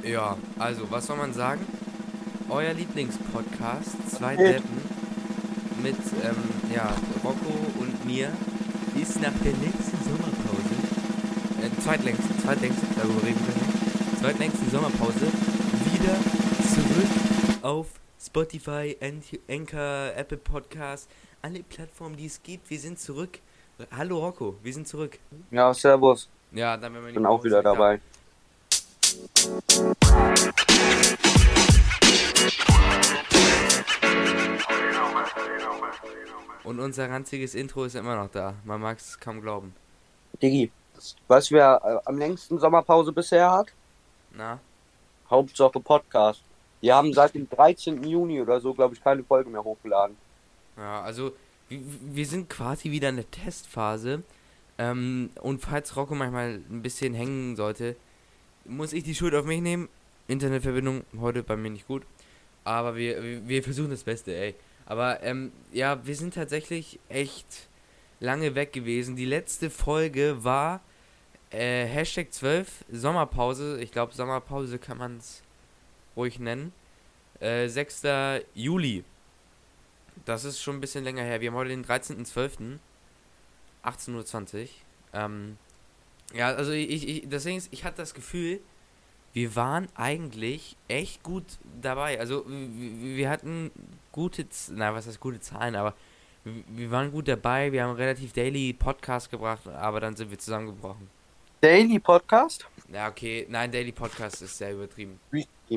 Ja, also, was soll man sagen? Euer Lieblingspodcast, zwei Geht. Deppen mit, Rocco und mir, ist nach der letzten Sommerpause, zweitlängsten, darüber reden wir noch, zweitlängsten Sommerpause, wieder zurück auf Spotify, Anchor, Apple Podcasts, alle Plattformen, die es gibt. Wir sind zurück. Hallo Rocco, wir sind zurück. Ja, servus. Ja, dann wäre meine Bin liebe auch Maus wieder nicht da. dabei. Und unser ranziges Intro ist immer noch da. Man mag es kaum glauben. Digi, weißt du, wer am längsten Sommerpause bisher hat? Na? Hauptsache Podcast. Die haben seit dem 13. Juni oder so, glaube ich, keine Folge mehr hochgeladen. Ja, also wir sind quasi wieder in der Testphase. Und falls Rocco manchmal ein bisschen hängen sollte, muss ich die Schuld auf mich nehmen. Internetverbindung heute bei mir nicht gut. Aber wir versuchen das Beste, ey. Aber ja, wir sind tatsächlich echt lange weg gewesen. Die letzte Folge war Hashtag 12, Sommerpause. Ich glaube, Sommerpause kann man es ruhig nennen. 6. Juli. Das ist schon ein bisschen länger her. Wir haben heute den 13.12. 18:20 Uhr. Ja, also deswegen ich hatte das Gefühl, wir waren eigentlich echt gut dabei. Also wir hatten was heißt gute Zahlen, aber wir waren gut dabei. Wir haben relativ daily Podcast gebracht, aber dann sind wir zusammengebrochen. Daily Podcast? Ja, okay, nein, Daily Podcast ist sehr übertrieben. Weekly.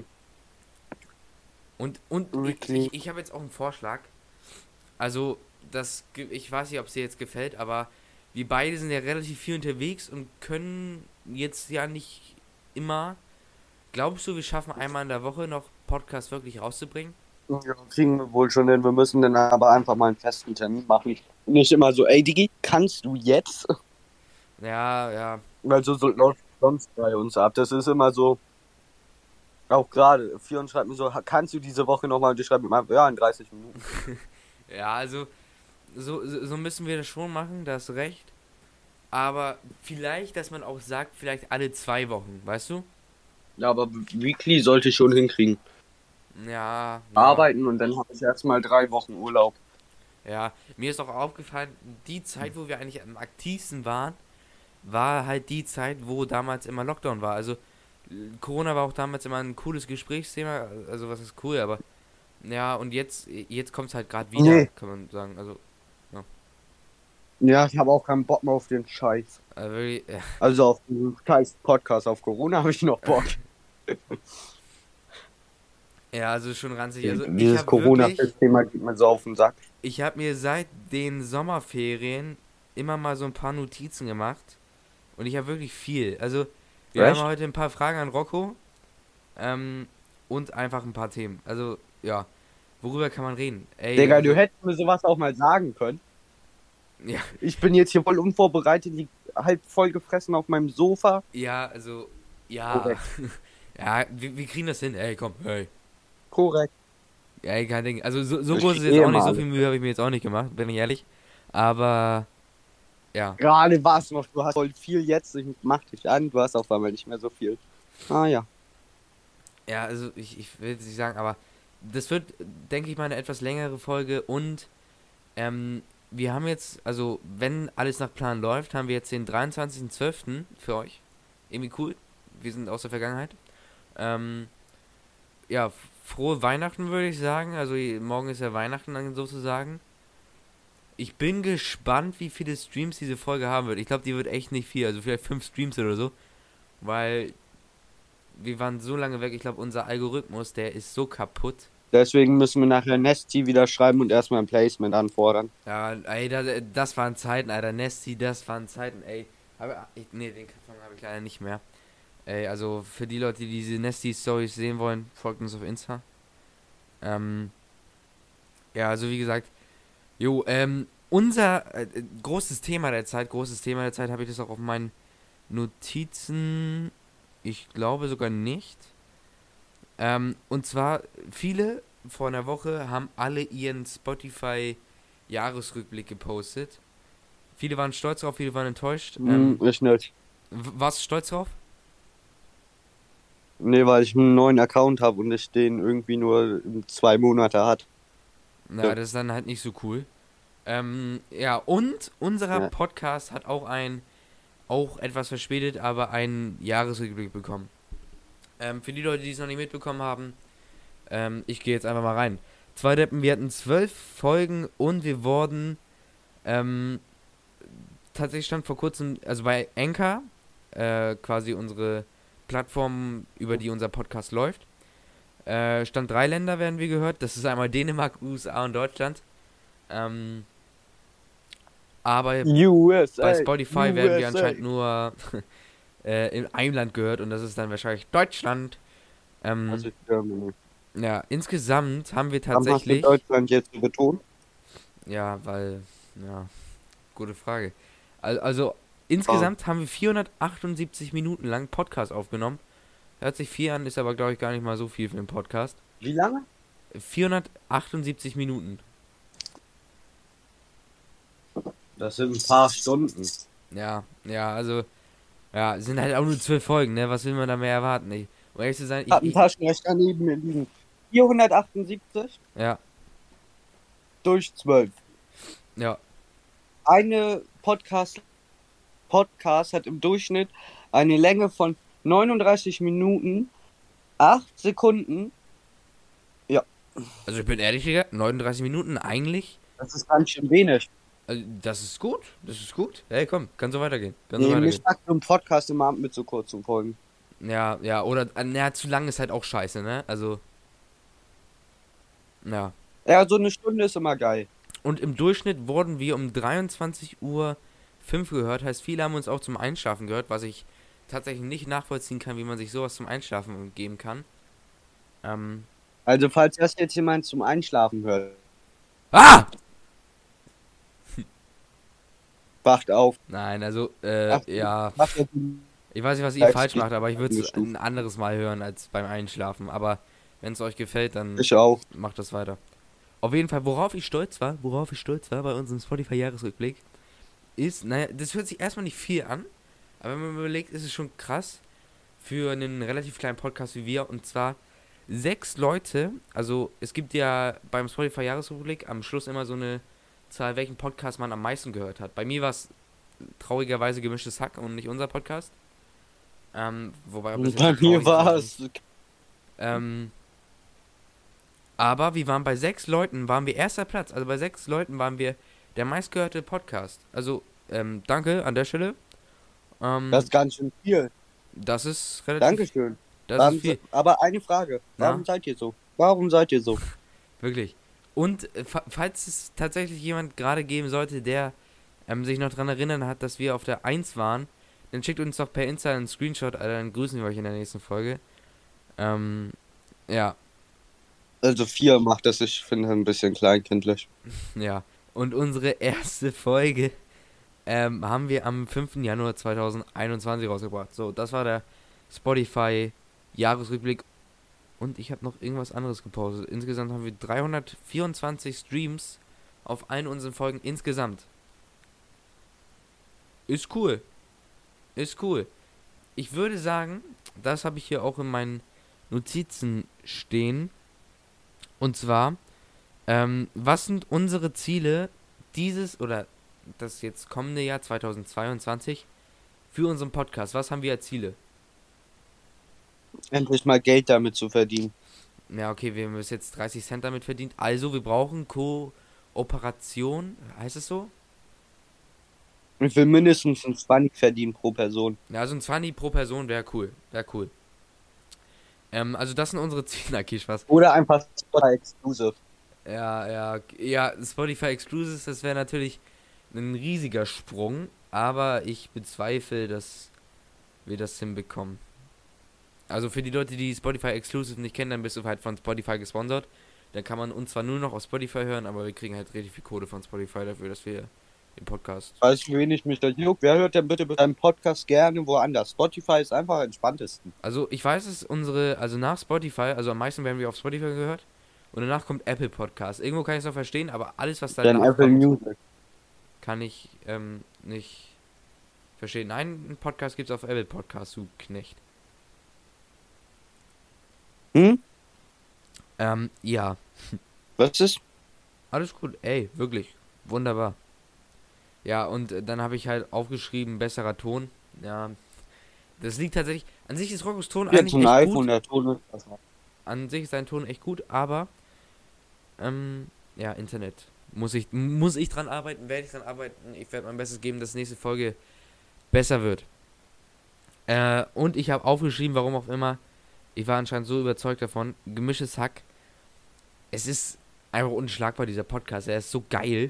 Und Weekly. ich habe jetzt auch einen Vorschlag. Also, ich weiß nicht, ob es dir jetzt gefällt, aber wir beide sind ja relativ viel unterwegs und können jetzt ja nicht immer. Glaubst du, wir schaffen einmal in der Woche noch Podcast wirklich rauszubringen? Ja, kriegen wir wohl schon hin. Wir müssen dann aber einfach mal einen festen Termin machen. Nicht immer so, ey Digi, kannst du jetzt? Ja, ja. Weil so läuft sonst bei uns ab. Das ist immer so, auch gerade, Fion schreibt mir so, kannst du diese Woche nochmal? Und ich schreibe mir, ja, in 30 Minuten. Ja, also, so müssen wir das schon machen, da hast du recht. Aber vielleicht, dass man auch sagt, vielleicht alle 2 Wochen, weißt du? Ja, aber Weekly sollte ich schon hinkriegen. Ja, ja. Arbeiten und dann habe ich erstmal 3 Wochen Urlaub. Ja, mir ist auch aufgefallen, die Zeit, wo wir eigentlich am aktivsten waren, war halt die Zeit, wo damals immer Lockdown war. Also Corona war auch damals immer ein cooles Gesprächsthema, also was ist cool, aber ja, und jetzt kommt es halt gerade wieder, Nee. kann man sagen. Also, ja. Ja, ich habe auch keinen Bock mehr auf den Scheiß. Wirklich, Also auf den scheiß Podcast. Auf Corona habe ich noch Bock. ja, also schon ranzig. Also Dieses Corona-Thema geht mir so auf den Sack. ich habe mir seit den Sommerferien immer mal so ein paar Notizen gemacht und ich habe wirklich viel. Also wir haben Echt? heute ein paar Fragen an Rocco ähm, und einfach ein paar Themen. Also ja, worüber kann man reden? Ey, Digga, du also hättest mir sowas auch mal sagen können. ja, Ich bin jetzt hier voll unvorbereitet, die halb voll gefressen auf meinem Sofa. ja, also ja, Korrekt. ja, wir kriegen das hin. Ey, komm, hey. Korrekt. Ja, ey, kein Ding. Also so Ich groß ist es jetzt stehe auch nicht, mal so alles. viel Mühe habe ich mir jetzt auch nicht gemacht, bin ich ehrlich. Aber ja. Gerade war es noch, du hast voll viel jetzt, ich mach dich an, du hast auf einmal nicht mehr so viel. Ah ja. Ja, also ich will jetzt nicht sagen, aber das wird, denke ich mal, eine etwas längere Folge und wir haben jetzt, also wenn alles nach Plan läuft, haben wir jetzt den 23.12. für euch. Irgendwie cool. Wir sind aus der Vergangenheit. Ähm, ja, frohe Weihnachten würde ich sagen. Also morgen ist ja Weihnachten dann sozusagen. Ich bin gespannt, wie viele Streams diese Folge haben wird. Ich glaube, die wird echt nicht viel. Also vielleicht 5 Streams oder so. Weil wir waren so lange weg. Ich glaube, unser Algorithmus, der ist so kaputt. Deswegen müssen wir nachher Nesti wieder schreiben und erstmal ein Placement anfordern. Ja, ey, das waren Zeiten, Alter. Nesty, das waren Zeiten, ey. Nee, den Karton habe ich leider nicht mehr. Ey, also für die Leute, die diese Nesty-Stories sehen wollen, folgt uns auf Insta. Ähm, ja, also wie gesagt, jo, unser großes Thema der Zeit, habe ich das auch auf meinen Notizen, ich glaube sogar nicht. Und zwar, viele vor einer Woche haben alle ihren Spotify-Jahresrückblick gepostet. Viele waren stolz drauf, viele waren enttäuscht. Ich nicht. Warst du stolz drauf? Nee, weil ich einen neuen Account habe und ich den irgendwie nur 2 Monate hatte. Na, das ist dann halt nicht so cool. Ja, und unserer Ja. Podcast hat auch etwas verspätet, aber einen Jahresrückblick bekommen. Für die Leute, die es noch nicht mitbekommen haben, ich gehe jetzt einfach mal rein. Zwei Deppen, wir hatten 12 Folgen und wir wurden, ähm, tatsächlich stand vor kurzem, also bei Anchor, quasi unsere Plattform, über die unser Podcast läuft, stand 3 Länder werden wir gehört. Das ist einmal Dänemark, USA und Deutschland. Ähm, aber bei USA, Spotify werden wir USA. anscheinend nur in einem Land gehört und das ist dann wahrscheinlich Deutschland. Also Germany. Ja, insgesamt haben wir Warum hast du tatsächlich, Deutschland jetzt so betont? ja, weil, ja, gute Frage. Also Ah. insgesamt haben wir 478 Minuten lang Podcast aufgenommen. Hört sich viel an, ist aber, glaube ich, gar nicht mal so viel für einen Podcast. Wie lange? 478 Minuten. Das sind ein paar Stunden. Ja, ja, also, ja, es sind halt auch nur 12 Folgen, ne? Was will man da mehr erwarten? Um ehrlich zu sein, Ich habe einen Taschenrechner neben mir liegen. 478 ja, durch 12. ja. Eine Podcast hat im Durchschnitt eine Länge von 39 Minuten, 8 Sekunden. Ja, Also ich bin ehrlich, Digga, 39 Minuten eigentlich. das ist ganz schön wenig. Also, das ist gut, das ist gut. Hey, komm, kann so weitergehen, kann so Nee, weitergehen. mich mag so ein Podcast immer ab mit so kurzen Folgen. Ja, ja, oder, naja, zu lang ist halt auch scheiße, ne? Also, ja. Ja, so eine Stunde ist immer geil. Und im Durchschnitt wurden wir um 23:05 Uhr gehört. Heißt, viele haben uns auch zum Einschlafen gehört, was ich tatsächlich nicht nachvollziehen kann, wie man sich sowas zum Einschlafen geben kann. Ähm. Also, falls das jetzt jemand zum Einschlafen hört, Ah! wacht auf. Nein, also, Ach, ja. macht er Ich weiß nicht, was ihr falsch macht, aber ich würde es ein anderes Mal hören als beim Einschlafen. Aber wenn es euch gefällt, dann Ich auch. macht das weiter. Auf jeden Fall, worauf ich stolz war bei unserem Spotify-Jahresrückblick, ist, naja, das hört sich erstmal nicht viel an, aber wenn man überlegt, ist es schon krass für einen relativ kleinen Podcast wie wir. Und zwar 6 Leute, also es gibt ja beim Spotify-Jahresrückblick am Schluss immer so eine Zahl, welchen Podcast man am meisten gehört hat. Bei mir war es traurigerweise Gemischtes Hack und nicht unser Podcast. Wobei, ob das jetzt so Bei mir traurig ist, weiß war ich nicht. es. Ähm, aber wir waren bei 6 Leuten, waren wir erster Platz. Also bei 6 Leuten waren wir der meistgehörte Podcast. Also, danke an der Stelle. Das Ähm, ist ganz schön viel. das ist relativ, Dankeschön. das ist viel. Aber eine Frage. Na, Warum seid ihr so? Warum seid ihr so? wirklich. Und falls es tatsächlich jemand gerade geben sollte, der sich noch dran erinnern hat, dass wir auf der 1 waren, dann schickt uns doch per Insta einen Screenshot, Alter, dann grüßen wir euch in der nächsten Folge. Ähm, ja, Also 4 macht das, ich finde, ein bisschen kleinkindlich. ja. Und unsere erste Folge haben wir am 5. Januar 2021 rausgebracht. So, das war der Spotify-Jahresrückblick. Und ich habe noch irgendwas anderes gepostet. Insgesamt haben wir 324 Streams auf allen unseren Folgen insgesamt. Ist cool. Ist cool. Ich würde sagen, das habe ich hier auch in meinen Notizen stehen. Und zwar, was sind unsere Ziele dieses oder das jetzt kommende Jahr 2022 für unseren Podcast? Was haben wir als Ziele? Endlich mal Geld damit zu verdienen. Ja, okay, wir haben bis jetzt 30 Cent damit verdient. Also, wir brauchen Kooperation. Heißt es so? Ich will mindestens ein 20 verdienen pro Person. Ja, also ein 20 pro Person wäre cool. Wäre cool. Also, das sind unsere Ziele. Na, okay, Spaß. Oder einfach Spotify Exclusive. Ja, ja, ja, Spotify Exclusives, das wäre natürlich ein riesiger Sprung. Aber ich bezweifle, dass wir das hinbekommen. Also für die Leute, die Spotify Exclusive nicht kennen, dann bist du halt von Spotify gesponsert. Dann kann man uns zwar nur noch auf Spotify hören, aber wir kriegen halt richtig viel Kohle von Spotify dafür, dass wir den Podcast. Weißt du, wen ich mich da juckt? Wer hört denn bitte deinen Podcast gerne woanders? Spotify ist einfach am entspanntesten. Also ich weiß, es also nach Spotify, also am meisten werden wir auf Spotify gehört. Und danach kommt Apple Podcast. Irgendwo kann ich es noch verstehen, aber alles, was Dann danach Apple kommt, Music. kann ich nicht verstehen. Nein, einen Podcast gibt's auf Apple Podcast, du Knecht. Hm? Ja, Was ist? alles gut. Ey, wirklich. Wunderbar. Ja, und dann habe ich halt aufgeschrieben, besserer Ton. Ja, das liegt tatsächlich. An sich ist Roccos Ton Jetzt eigentlich ein echt gut. iPhone, der Ton ist besser. An sich ist sein Ton echt gut, aber ja, Internet. Muss ich dran arbeiten, werde ich dran arbeiten. Ich werde mein Bestes geben, dass die nächste Folge besser wird. Und ich habe aufgeschrieben, warum auch immer. Ich war anscheinend so überzeugt davon. Gemischtes Hack. Es ist einfach unschlagbar, dieser Podcast. Er ist so geil.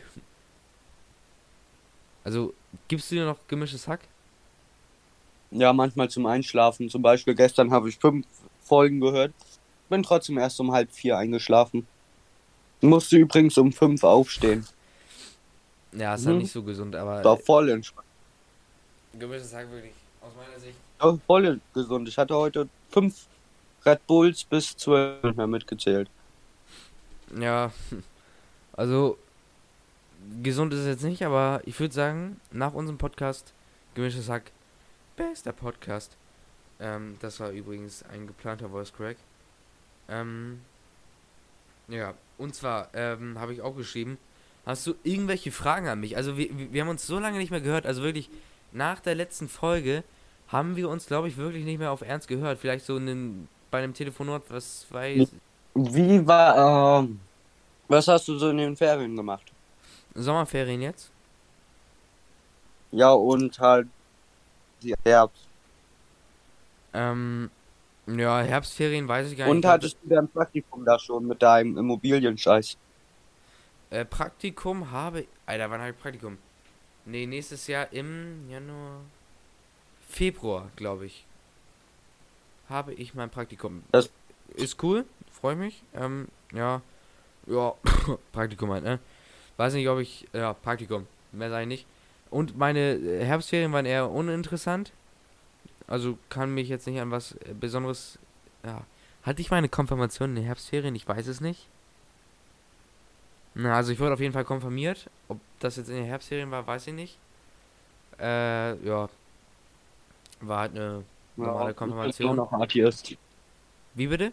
Also, gibst du dir noch gemischtes Hack? Ja, manchmal zum Einschlafen. Zum Beispiel gestern habe ich 5 Folgen gehört. Bin trotzdem erst um 3:30 eingeschlafen. Musste übrigens um 5 aufstehen. Ja, ist halt Mhm. nicht so gesund, aber War voll entspannt. gemischtes Hack wirklich, aus meiner Sicht. Ja, voll gesund. Ich hatte heute 5 Red Bulls bis 12 nicht mehr mitgezählt. Ja, also gesund ist es jetzt nicht, aber ich würde sagen, nach unserem Podcast, gemischtes Hack, bester Podcast. Das war übrigens ein geplanter Voice Crack. Ähm, ja, und zwar habe ich auch geschrieben, hast du irgendwelche Fragen an mich? Also wir haben uns so lange nicht mehr gehört, also wirklich nach der letzten Folge haben wir uns, glaube ich, wirklich nicht mehr auf Ernst gehört. Vielleicht so bei einem Telefonat, was weiß, Wie war, was hast du so in den Ferien gemacht? Sommerferien jetzt? Ja, und halt die Herbst. Ähm, ja, Herbstferien weiß ich gar nicht. Ich Und glaube, hattest du dein Praktikum da schon mit deinem Immobilienscheiß? Praktikum habe. Alter, wann habe ich Praktikum? Nee, nächstes Jahr im Januar. Februar, glaube ich. Habe ich mein Praktikum. Das Ist cool, freue mich. Ja. Ja, Praktikum halt, ne? Weiß nicht, ob ich. Ja, Praktikum. Mehr sage ich nicht. Und meine Herbstferien waren eher uninteressant. Also kann mich jetzt nicht an was Besonderes. Ja. Hatte ich meine Konfirmation in den Herbstferien? Ich weiß es nicht. Na, also ich wurde auf jeden Fall konfirmiert. Ob das jetzt in den Herbstferien war, weiß ich nicht. Ja, war halt eine Ja, normale ich bin immer Konfirmation. noch Atheist. Wie bitte?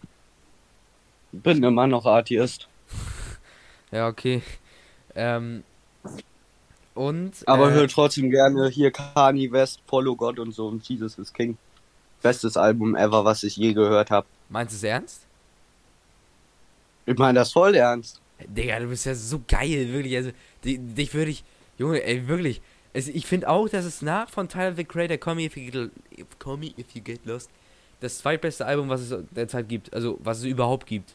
Bin immer noch Atheist. Ja, okay. Ähm, und, Aber höre trotzdem gerne hier Kanye West, Follow God und so und Jesus is King. Bestes Album ever, was ich je gehört habe. meinst du es ernst? Ich meine das voll ernst. Digga, du bist ja so geil, wirklich. Also, dich würde ich. Junge, ey, wirklich. Ich finde auch, dass es nach von Tyler the Creator Call Me If You Get Lost das zweitbeste Album, was es derzeit gibt. Also, was es überhaupt gibt.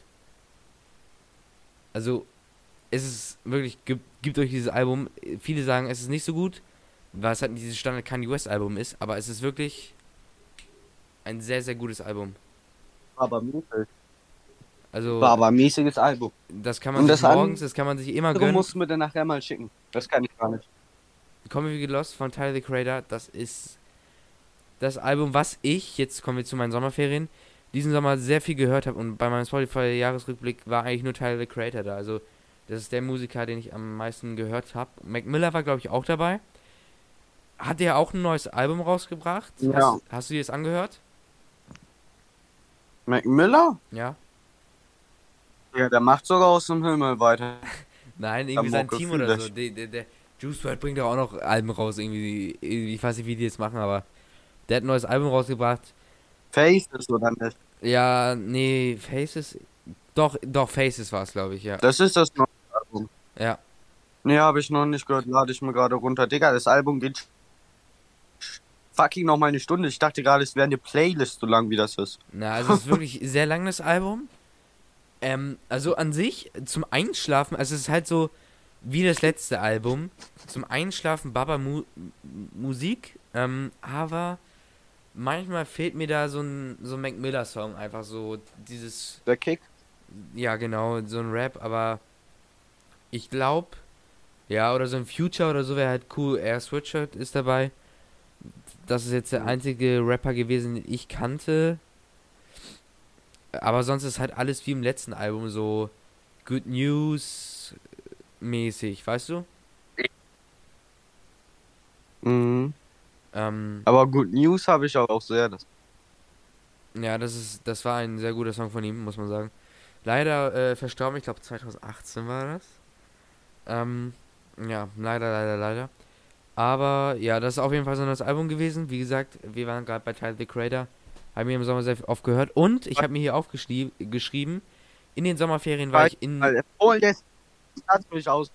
Also, es ist wirklich, gibt euch dieses Album. Viele sagen, es ist nicht so gut, weil es halt nicht dieses Standard Kanye West Album ist, aber es ist wirklich ein sehr, sehr gutes Album. Aber mäßig. War Also, aber ein mäßiges Album. das kann man Und sich das morgens, andere das kann man sich immer gönnen. musst du mir dann nachher mal schicken. Das kann ich gar nicht. Call Me If You Get Lost von Tyler the Creator, das ist das Album, was ich, jetzt kommen wir zu meinen Sommerferien, diesen Sommer sehr viel gehört habe und bei meinem Spotify-Jahresrückblick war eigentlich nur Tyler the Creator da. Also, das ist der Musiker, den ich am meisten gehört habe. Mac Miller war, glaube ich, auch dabei. Hat der auch ein neues Album rausgebracht? Ja. Hast du dir das angehört? Mac Miller? Ja? Ja, der macht sogar aus dem Himmel weiter. Nein, irgendwie sein Mucke Team fühl oder so. ich. Der Juice WRLD bringt ja auch noch Alben raus, irgendwie. Ich weiß nicht, wie die das machen, aber der hat ein neues Album rausgebracht. Faces oder nicht? Ja, nee, Faces. Doch, Faces war es, glaube ich, ja. Das ist das neue Album. Ja. Nee, habe ich noch nicht gehört. Lade ich mir gerade runter. Digga, das Album geht fucking noch mal eine Stunde. Ich dachte gerade, es wäre eine Playlist, so lang wie das ist. Na, also es ist wirklich sehr lang, das Album. Also an sich, zum Einschlafen, also es ist halt so wie das letzte Album. Zum Einschlafen Musik, aber manchmal fehlt mir da so ein Mac Miller Song, einfach so dieses, Der Kick. ja genau, so ein Rap, aber ich glaube, ja, oder so ein Future oder so wäre halt cool. Air Sweatshirt ist dabei. Das ist jetzt der einzige Rapper gewesen, den ich kannte. Aber sonst ist halt alles wie im letzten Album so Good News mäßig, weißt du? Mhm. Ähm, Aber Good News habe ich auch sehr. Das Ja, das war ein sehr guter Song von ihm, muss man sagen. Leider verstorben, ich glaube 2018 war das. Ähm, ja, leider. Aber ja, das ist auf jeden Fall so ein neues Album gewesen. Wie gesagt, wir waren gerade bei Tyler, the Creator. Haben wir im Sommer sehr oft gehört. Und ich habe mir hier aufgeschrieben, in den Sommerferien war ich in. Weil empfohlen ist, das durchaus.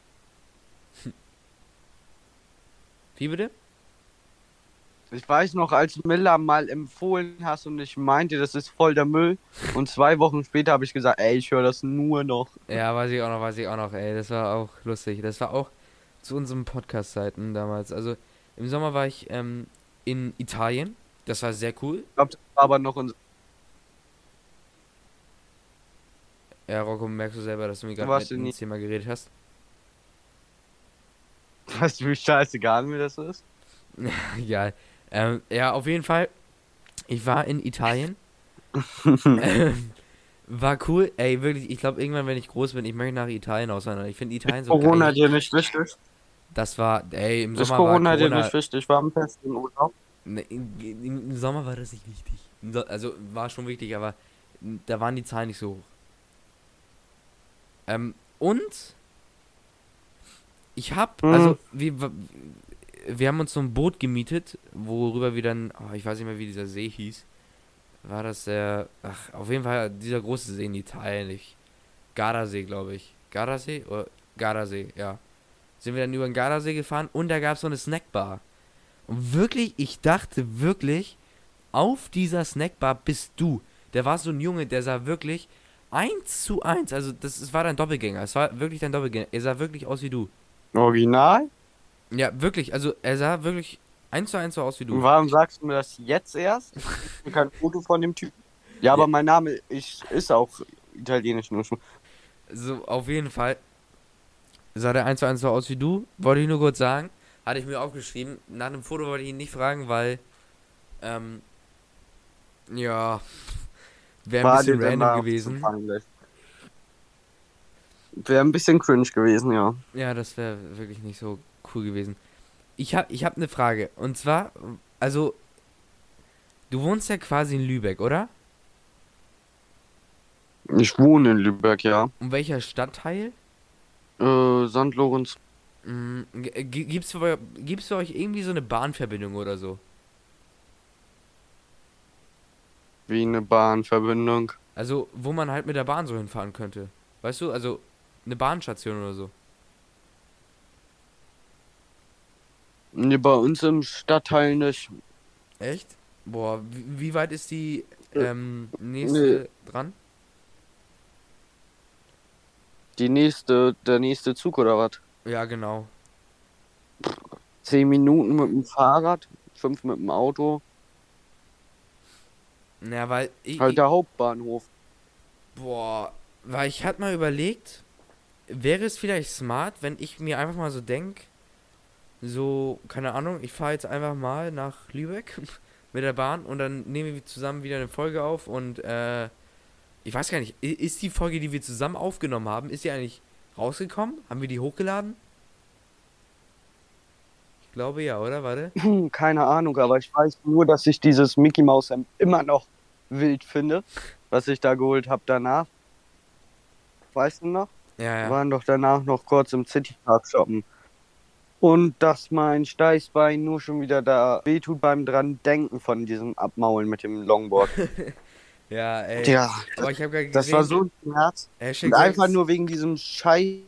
Wie bitte? Ich weiß noch, als Miller mal empfohlen hast und ich meinte, das ist voll der Müll. Und 2 Wochen später habe ich gesagt, ey, ich höre das nur noch. Ja, weiß ich auch noch, ey. Das war auch lustig. Das war auch zu unseren Podcast-Zeiten damals. Also im Sommer war ich in Italien. Das war sehr cool. Ich glaube, das war aber noch unser. Ja, Rocco, merkst du selber, dass du mir Du gerade warst mit ja nie. ins Thema geredet hast? Weißt du, wie scheißegal mir das ist? Egal. Ja, auf jeden Fall. Ich war in Italien. War cool. Ey, wirklich, ich glaube, irgendwann, wenn ich groß bin, ich möchte nach Italien auswandern. Ich finde Italien so Corona geil. dir nicht wichtig? Das war, ey, im Ist Sommer war Corona dir Corona. nicht wichtig? War am besten Urlaub? Ne, im Sommer war das nicht wichtig. Also war schon wichtig, aber da waren die Zahlen nicht so hoch. Und ich hab, Hm. also wir haben uns so ein Boot gemietet, worüber wir dann, ich weiß nicht mehr, wie dieser See hieß. War das auf jeden Fall dieser große See in Italien, Gardasee, glaube ich. Gardasee? Oder Gardasee, ja. Sind wir dann über den Gardasee gefahren und da gab es so eine Snackbar. Und wirklich, ich dachte wirklich, auf dieser Snackbar bist du. Der war so ein Junge, der sah wirklich 1:1, also es war dein Doppelgänger, es war wirklich dein Doppelgänger. Er sah wirklich aus wie du. Original? Ja, wirklich, also er sah wirklich 1:1 so aus wie du. Warum sagst du mir das jetzt erst? Ich habe kein Foto von dem Typen. Ja, Ja, aber mein Name ist auch italienisch nur schon. so auf jeden Fall sah der 1:1 so aus wie du. Wollte ich nur kurz sagen. Hatte ich mir aufgeschrieben. Nach dem Foto wollte ich ihn nicht fragen, weil, ähm, ja, wäre ein War dir bisschen denn random da zu gewesen. peinlich? Wäre ein bisschen cringe gewesen, ja. Ja, das wäre wirklich nicht so cool gewesen. Ich hab eine Frage. Und zwar, also, du wohnst ja quasi in Lübeck, oder? Ich wohne in Lübeck, ja. Und welcher Stadtteil? St. Lorenz. Gibt's für euch irgendwie so eine Bahnverbindung oder so? Wie eine Bahnverbindung. Also, wo man halt mit der Bahn so hinfahren könnte. Weißt du, also eine Bahnstation oder so. Nee, bei uns im Stadtteil nicht. Echt? Boah, wie weit ist die Nee, nächste dran? der nächste Zug oder was? Ja, genau. 10 Minuten mit dem Fahrrad, 5 mit dem Auto. Ja, weil Halt der Hauptbahnhof. weil ich hatte mal überlegt, wäre es vielleicht smart, wenn ich mir einfach mal so denk, so, keine Ahnung, ich fahre jetzt einfach mal nach Lübeck mit der Bahn und dann nehmen wir zusammen wieder eine Folge auf und ich weiß gar nicht, ist die Folge, die wir zusammen aufgenommen haben, ist die eigentlich rausgekommen? Haben wir die hochgeladen? Ich glaube ja, oder? Warte. Keine Ahnung, aber ich weiß nur, dass ich dieses Mickey Mouse Hemd immer noch wild finde, was ich da geholt habe danach. Weißt du noch? Ja, Wir ja. waren doch danach noch kurz im City Park shoppen. Und dass mein Steißbein nur schon wieder da wehtut beim dran denken von diesem Abmaulen mit dem Longboard. Ja, ey. Ja, Aber ich habe gerade das war gesehen, so ein Schmerz. Hashtag Und einfach 6, nur wegen diesem scheiß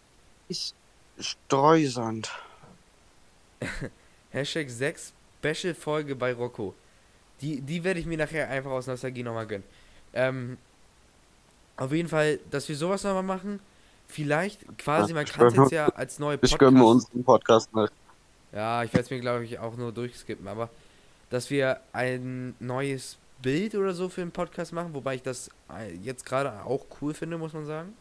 Streusand. Hashtag 6 Special-Folge bei Rocco. Die werde ich mir nachher einfach aus Nostalgie nochmal gönnen. Ähm, auf jeden Fall, dass wir sowas nochmal machen. Vielleicht quasi, man kann es jetzt ja als neue Ich gönne Podcast. uns den Podcast nicht. Ja, ich werde es mir, glaube ich, auch nur durchskippen. Aber dass wir ein neues Bild oder so für den Podcast machen, wobei ich das jetzt gerade auch cool finde, muss man sagen.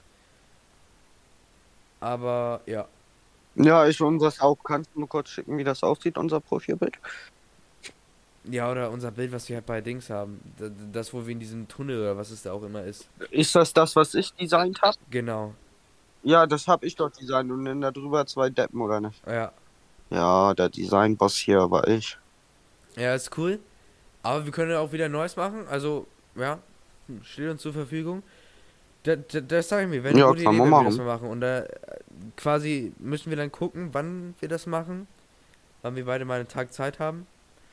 Aber ja. Ja, ich unseres auch. Kannst du nur kurz schicken, wie das aussieht, unser Profilbild? Ja, oder unser Bild, was wir halt bei Dings haben. Das, wo wir in diesem Tunnel oder was es da auch immer ist. Ist das, was ich designt habe? Genau. Ja, das habe ich doch designt und dann da drüber 2 Deppen, oder nicht? Ja. Ja, der Designboss hier war ich. Ja, ist cool. Aber wir können ja auch wieder Neues machen. Also, ja, steht uns zur Verfügung. Das sage ich mir, wäre eine Ja, gute kann Idee, man wenn wir das machen. mal machen. Und da quasi müssen wir dann gucken, wann wir das machen. Wann wir beide mal einen Tag Zeit haben.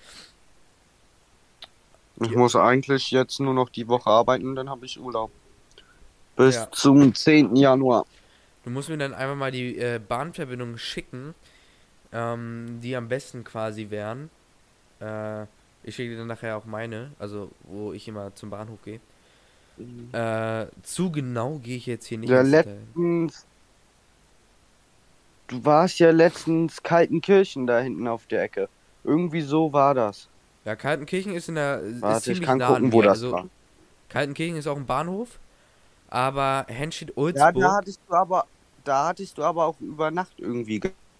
Ich Ja. muss eigentlich jetzt nur noch die Woche arbeiten und dann habe ich Urlaub. Bis Ja. zum 10. Januar. Du musst mir dann einfach mal die Bahnverbindungen schicken, die am besten quasi wären. Äh, ich schicke dir dann nachher auch meine, also wo ich immer zum Bahnhof gehe. Zu genau gehe ich jetzt hier nicht Ja, ins Detail. du warst ja letztens Kaltenkirchen da hinten auf der Ecke. Irgendwie so war das. Ja, Kaltenkirchen ist Warte, ich ziemlich kann nah an gucken, wo mir. das Also war. Kaltenkirchen ist auch ein Bahnhof, aber Ja, Henstedt-Ulzburg, da hattest du aber auch über Nacht irgendwie.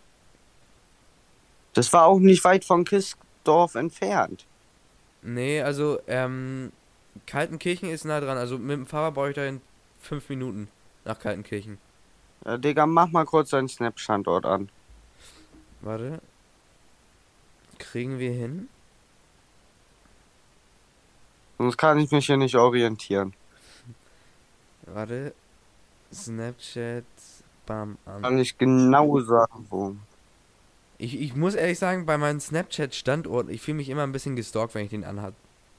Das war auch nicht weit von Kissdorf entfernt. nee, also Kaltenkirchen ist nah dran. Also mit dem Fahrrad brauche ich da in 5 Minuten nach Kaltenkirchen. Ja, Digga, mach mal kurz deinen Snap-Standort an. Warte, kriegen wir hin? Sonst kann ich mich hier nicht orientieren. Warte, Snapchat, bam, an. Kann ich genau sagen, wo. Ich muss ehrlich sagen, bei meinen Snapchat-Standorten, ich fühle mich immer ein bisschen gestalkt, wenn ich den anhab.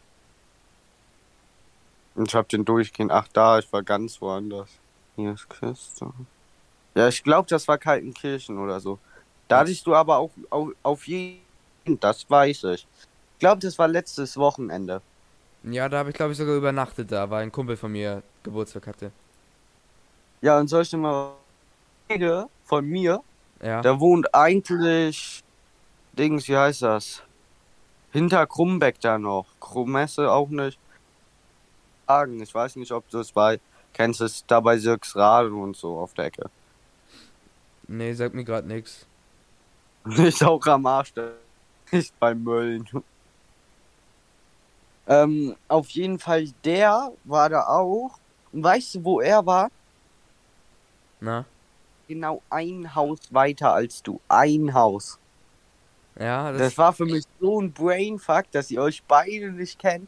Ich hab den durchgehend. Ach, da, ich war ganz woanders. Hier ist Kissdorf. Ja, ich glaube, das war Kaltenkirchen oder so. Da Ja, hattest du aber auch auf jeden, das weiß ich. Ich glaube, das war letztes Wochenende. ja, da habe ich glaube ich sogar übernachtet da, weil ein Kumpel von mir Geburtstag hatte. Ja, und soll ich dir mal Kollege von mir, Ja. der wohnt eigentlich, Dings, wie heißt das? Hinter Krumbeck da noch. Krummesse auch nicht. Sagen. Ich weiß nicht, ob du es kennst, es da bei Sirksraden und so auf der Ecke. Nee, sagt mir gerade nix. Ist auch am Arsch, da ist bei Mölln. Auf jeden Fall, der war da auch. Und weißt du, wo er war? Na? Genau ein Haus weiter als du. Ein Haus. Ja, Das war für mich so ein Brainfuck, dass ihr euch beide nicht kennt.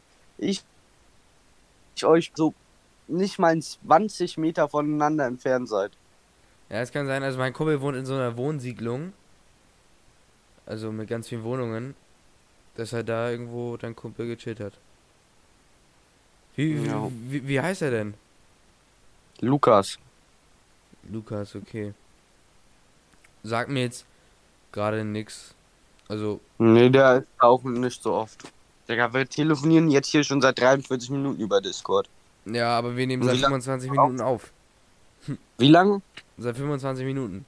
Ich euch so nicht mal 20 Meter voneinander entfernt seid. ja, es kann sein, also mein Kumpel wohnt in so einer Wohnsiedlung, also mit ganz vielen Wohnungen, dass er da irgendwo dein Kumpel gechillt hat. Wie, Ja. wie heißt er denn? Lukas. Lukas, okay. Sag mir jetzt gerade nix. Also, Nee, der ist auch nicht so oft. Digga, wir telefonieren jetzt hier schon seit 43 Minuten über Discord. ja, aber wir nehmen Und seit wie lange? 25 Minuten auf. Wie lange? Seit 25 Minuten.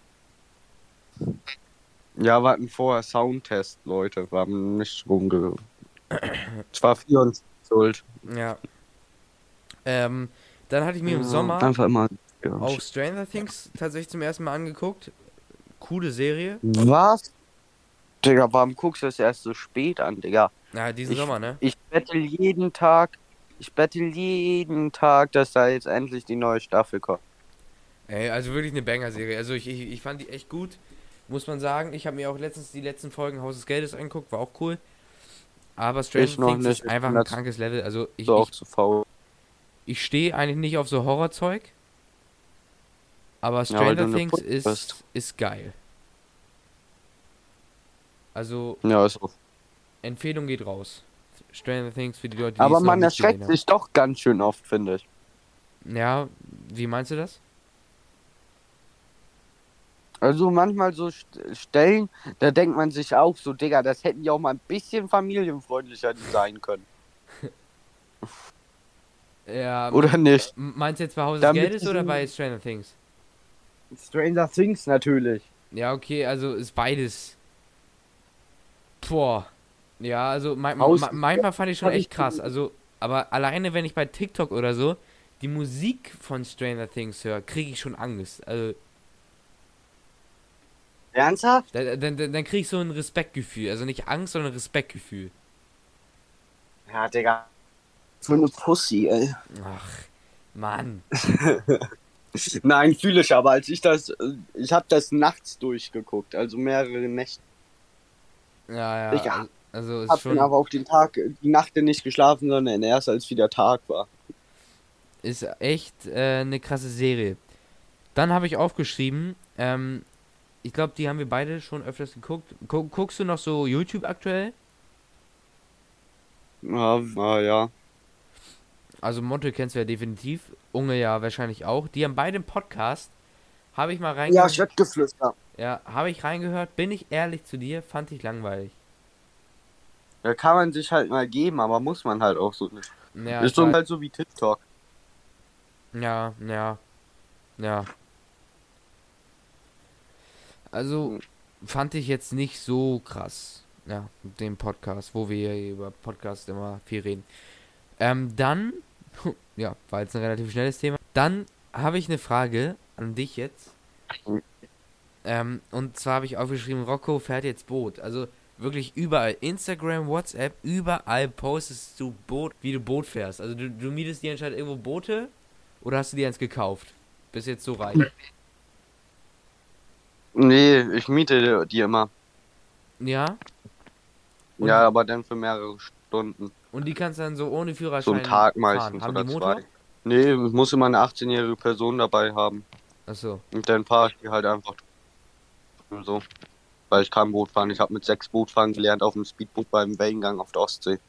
Ja, wir hatten vorher Soundtest, Leute. Wir haben nicht rumge... Es war 24 Schuld. Ja. Dann hatte ich mir im Ja, Sommer einfach immer. auch Stranger Things tatsächlich zum ersten Mal angeguckt. Coole Serie. Was? Digga, warum guckst du das erst so spät an, Digga? Ja, diesen Ich, Sommer, ne? ich bettel jeden Tag, dass da jetzt endlich die neue Staffel kommt. Ey, also wirklich eine Banger-Serie. Also ich fand die echt gut, muss man sagen. Ich habe mir auch letztens die letzten Folgen Haus des Geldes angeguckt, war auch cool. Aber Ich Stranger noch Things nicht. ist Ich einfach bin ein dazu krankes Level. Also auch zu faul. ich stehe eigentlich nicht auf so Horrorzeug, aber Ja, weil du Stranger eine Things Puppe bist. ist geil. Also Ja, ist auch. Empfehlung geht raus. Stranger Things für die Leute, die Aber es noch man nicht gesehen erschreckt haben. sich doch ganz schön oft, finde ich. Ja, wie meinst du das? Also manchmal so Stellen, da denkt man sich auch so, Digga, das hätten die auch mal ein bisschen familienfreundlicher sein können. Ja, Oder nicht? meinst du jetzt bei Haus des Damit Geldes oder diesen bei Stranger Things? Stranger Things natürlich. Ja, okay, also ist beides. Boah. Ja, also Haus manchmal fand ich schon hab echt ich krass. Also, aber alleine wenn ich bei TikTok oder so die Musik von Stranger Things höre, kriege ich schon Angst. Also, Ernsthaft? dann kriege ich so ein Respektgefühl. Also nicht Angst, sondern Respektgefühl. Ja, Digga. Für eine Pussy, ey. Ach, Mann. Nein, fühle ich aber, ich habe das nachts durchgeguckt, also mehrere Nächte. Ja, ja. Digga, Also ist Hab dann schon, aber auch die Nacht nicht geschlafen, sondern erst als wieder Tag war. ist echt eine krasse Serie. Dann habe ich aufgeschrieben, ich glaube, die haben wir beide schon öfters geguckt. Guckst du noch so YouTube aktuell? Ja, ja. Also Monte kennst du ja definitiv. Unge ja wahrscheinlich auch. Die haben beide einen Podcast. Habe ich mal Ja, reingehört. Schrittgeflüster. Ja, habe ich reingehört. Bin ich ehrlich zu dir, fand ich langweilig. Da kann man sich halt mal geben, aber muss man halt auch so nicht. Ja, Ist ich so weiß. halt so wie TikTok. Ja, ja, ja. Also fand ich jetzt nicht so krass. Ja, den Podcast, wo wir über Podcast immer viel reden. Dann, ja, war jetzt ein relativ schnelles Thema. Dann habe ich eine Frage an dich jetzt. Und zwar habe ich aufgeschrieben, Rocco fährt jetzt Boot. Also wirklich überall. Instagram, WhatsApp, überall postest du Boot, wie du Boot fährst. Also du mietest dir anscheinend irgendwo Boote oder hast du dir eins gekauft? Bist jetzt so reich. Nee, ich miete die immer. Ja? Und, Ja, aber dann für mehrere Stunden. und die kannst dann so ohne So einen Führerschein Tag fahren. meistens Haben die oder Motor? zwei. Nee, es muss immer eine 18-jährige Person dabei haben. Achso. Und dann fahre ich die halt einfach so. Weil ich kann Boot fahren. Ich habe mit 6 Bootfahren gelernt auf dem Speedboot beim Wellengang auf der Ostsee.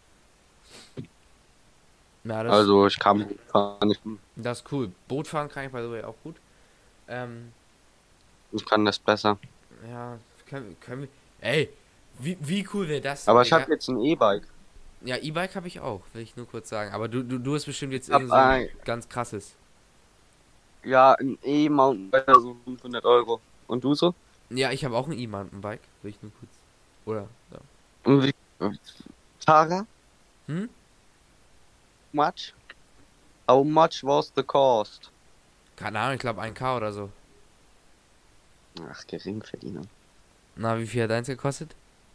Ja, Also ich kann Boot fahren. das ist cool. Bootfahren kann ich by the way auch gut. Ähm, Ich kann das besser. ja, können wir. Ey, wie cool wäre das denn, Aber ich Digga? habe jetzt ein E-Bike. Ja, E-Bike habe ich auch, will ich nur kurz sagen. Aber du hast bestimmt jetzt Ich habe irgend so ein ganz krasses. ja ein E-Mountainbike, so 500 Euro. Und du so? Ja, ich habe auch ein E-Mountainbike, will ich nur kurz. Oder, ja. Und wie? Tara? Hm? Much? How much was the cost? Keine Ahnung, ich glaube 1K oder so. Ach, Geringverdiener. Na, wie viel hat eins gekostet?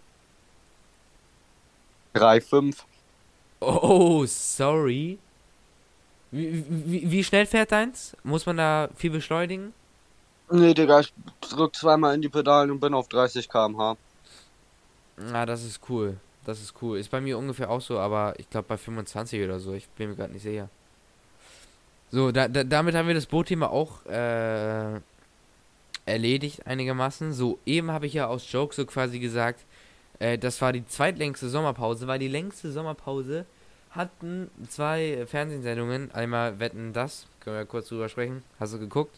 3,5. Oh, sorry. Wie schnell fährt deins? Muss man da viel beschleunigen? Nee, Digga, ich drück zweimal in die Pedalen und bin auf 30 km/h. Na, das ist cool. Das ist cool. Ist bei mir ungefähr auch so, aber ich glaube bei 25 oder so. Ich bin mir gerade nicht sicher. So, damit haben wir das Bootthema auch erledigt einigermaßen. So, eben habe ich ja aus Joke so quasi gesagt, das war die zweitlängste Sommerpause, weil die längste Sommerpause hatten zwei Fernsehsendungen. Einmal Wetten, das, können wir kurz drüber sprechen. Hast du geguckt?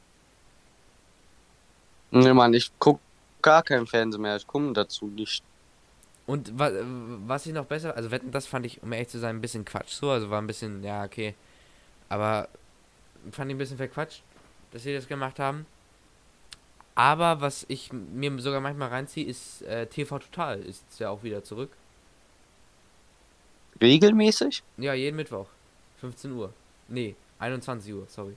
Nee, Mann, ich guck gar kein Fernsehen mehr. Ich komme dazu nicht. Und was ich noch besser, also Wetten, das fand ich, um ehrlich zu sein, ein bisschen Quatsch so, also war ein bisschen, ja, okay. Aber fand ich ein bisschen verquatscht, dass sie das gemacht haben. Aber was ich mir sogar manchmal reinziehe, ist TV Total. Ist ja auch wieder zurück. Regelmäßig? Ja, jeden Mittwoch. 15 Uhr. Nee, 21 Uhr, sorry.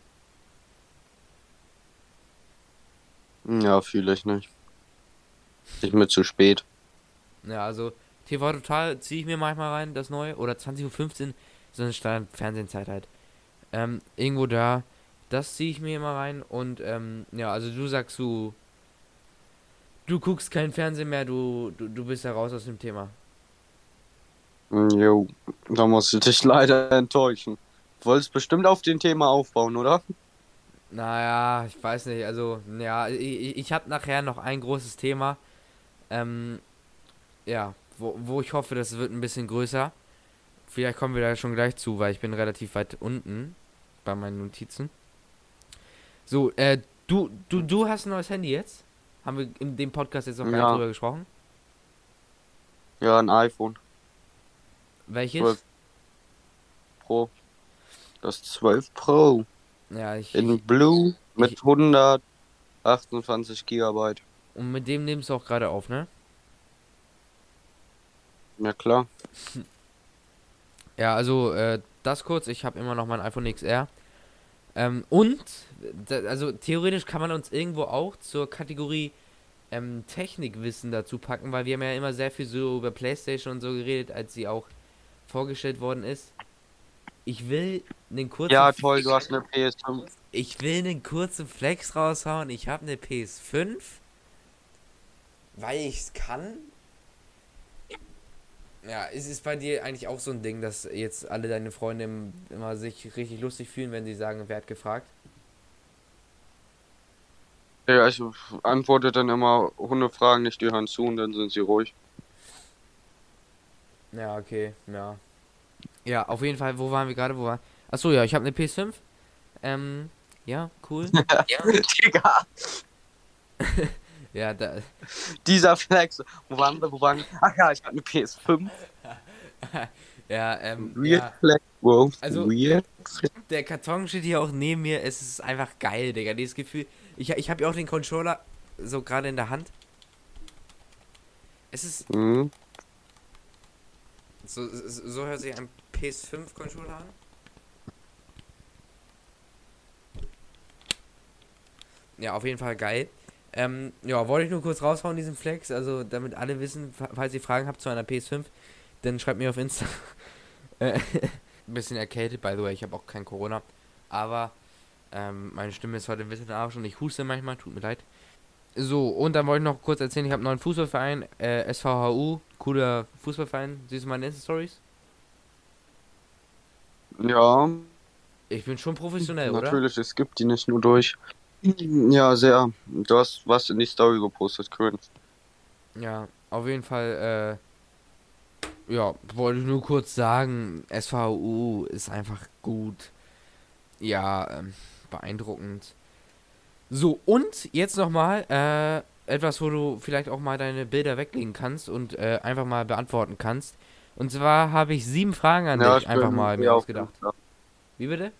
Ja, fühle ich nicht. Ich mir zu spät. Ja, also TV Total ziehe ich mir manchmal rein, das neue. Oder 20:15 Uhr, so eine Standard-Fernsehzeit halt. Irgendwo da. Das ziehe ich mir immer rein. Und ja, also du sagst, du guckst kein Fernsehen mehr, du bist da raus aus dem Thema. Jo, da muss ich dich leider enttäuschen. Wolltest bestimmt auf den Thema aufbauen, oder? Naja, ich weiß nicht, also, ja, ich habe nachher noch ein großes Thema, ähm, ja, wo ich hoffe, das wird ein bisschen größer. Vielleicht kommen wir da schon gleich zu, weil ich bin relativ weit unten bei meinen Notizen. So, du hast ein neues Handy jetzt? Haben wir in dem Podcast jetzt noch gar nicht Ja, drüber gesprochen? ja, ein iPhone Welches? 12 Pro. Das 12 Pro. Ja, In Blue ich, mit 128 Gigabyte. und mit dem nimmst du auch gerade auf, ne? Ja, klar. Ja, also, das kurz, ich habe immer noch mein iPhone XR. Und, also theoretisch kann man uns irgendwo auch zur Kategorie Technikwissen dazu packen, weil wir haben ja immer sehr viel so über PlayStation und so geredet, als sie auch vorgestellt worden ist. Ich will einen kurzen, Ja, toll, du hast eine PS5. ich will einen kurzen Flex raushauen. Ich habe eine PS5, weil ich es kann. Ja, ist es bei dir eigentlich auch so ein Ding, dass jetzt alle deine Freunde immer sich richtig lustig fühlen, wenn sie sagen, wer hat gefragt? Ja, ich antworte dann immer, Hunde fragen nicht, die hören zu und dann sind sie ruhig. Ja, okay, ja. Ja, auf jeden Fall, wo waren wir gerade? Achso, ja, ich habe eine PS5. Ja, cool. Digga, Ja, da. dieser Flex. Wo waren wir? Wo waren wir? Ach ja, ich habe eine PS5. Ja, Weird ja. Flex, Bro. Also, Weird. der Karton steht hier auch neben mir. Es ist einfach geil, Digga. Dieses Gefühl. Ich habe ja auch den Controller so gerade in der Hand. Es ist. Mhm. So hört sich ein PS5-Controller an. Ja, auf jeden Fall geil. Ja, wollte ich nur kurz raushauen, diesen Flex. Also, damit alle wissen, falls ihr Fragen habt zu einer PS5, dann schreibt mir auf Insta. Ein bisschen erkältet, by the way. Ich habe auch kein Corona. Aber meine Stimme ist heute ein bisschen Arsch und ich huste manchmal. Tut mir leid. So, und dann wollte ich noch kurz erzählen, ich habe einen neuen Fußballverein, SVHU, cooler Fußballverein. Siehst du meine Insta-Stories? Ja, Ich bin schon professionell, oder? natürlich, es gibt die nicht nur durch. Ja, sehr. Du hast was in die Story gepostet, Cringe. Ja, auf jeden Fall, ja, wollte ich nur kurz sagen, SVU ist einfach gut. Ja, beeindruckend. So, und jetzt nochmal, etwas, wo du vielleicht auch mal deine Bilder weglegen kannst und einfach mal beantworten kannst. Und zwar habe ich 7 Fragen an Ja, dich ich einfach bin mal eh mir auf ausgedacht. Insta. Wie bitte?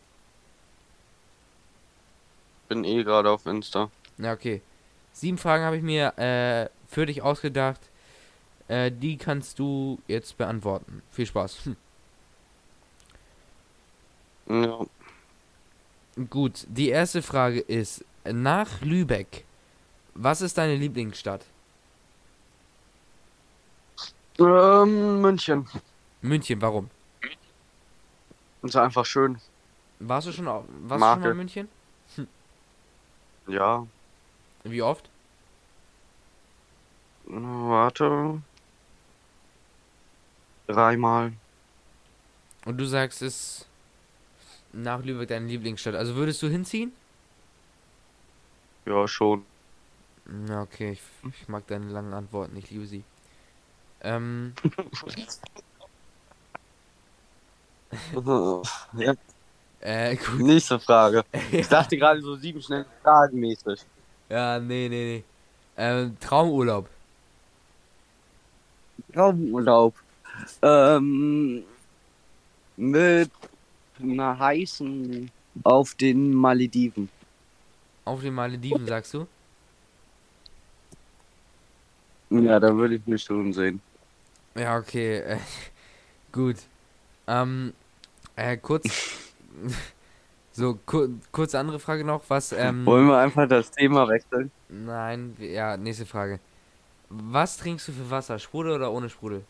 Bin eh gerade auf Insta. Ja, okay. 7 Fragen habe ich mir für dich ausgedacht. Die kannst du jetzt beantworten. Viel Spaß. Ja. Gut, die erste Frage ist, nach Lübeck, was ist deine Lieblingsstadt? München. München, warum? Ist einfach schön. Warst du schon Mag mal ich. in München? Ja. Wie oft? Warte. Dreimal. Und du sagst, es ist nach Lübeck deine Lieblingsstadt. Also würdest du hinziehen? Ja, schon. Na, okay, ich mag deine langen Antworten, ich liebe sie. Ähm, Ja. gut. Nächste Frage. Ich Ja, dachte gerade so 7 schnell Fragen mäßig. ja, nee. Traumurlaub. Traumurlaub. Ähm, mit einer heißen auf den Malediven. Auf den Malediven, sagst du? Ja, da würde ich mich schon sehen. Ja, okay, gut. Ähm, kurz, kurz andere Frage noch, Wollen wir einfach das Thema wechseln? nein, ja, nächste Frage. Was trinkst du für Wasser? Sprudel oder ohne Sprudel?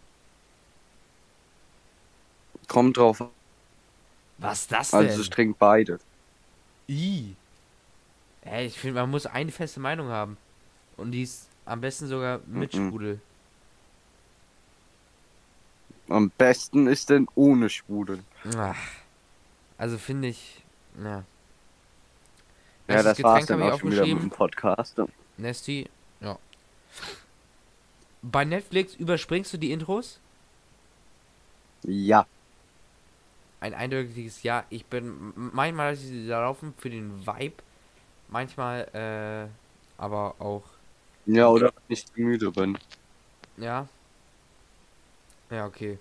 Kommt drauf an. Was ist das Also denn? ich trinke beides. I. Ich finde, man muss eine feste Meinung haben. Und die ist am besten sogar mit Mhm. Sprudel. Am besten ist denn ohne Sprudel. Ach, also finde ich, ja. Ja, Bestes das war's Getränk dann habe ich auch schon wieder mit dem aufgeschrieben. Podcast. Nesti, ja. Bei Netflix überspringst du die Intros? Ja. Ein eindeutiges Ja. Ich bin manchmal lasse ich sie da laufen für den Vibe. Manchmal, aber auch, Ja, oder wenn ich müde bin. ja. Ja, okay.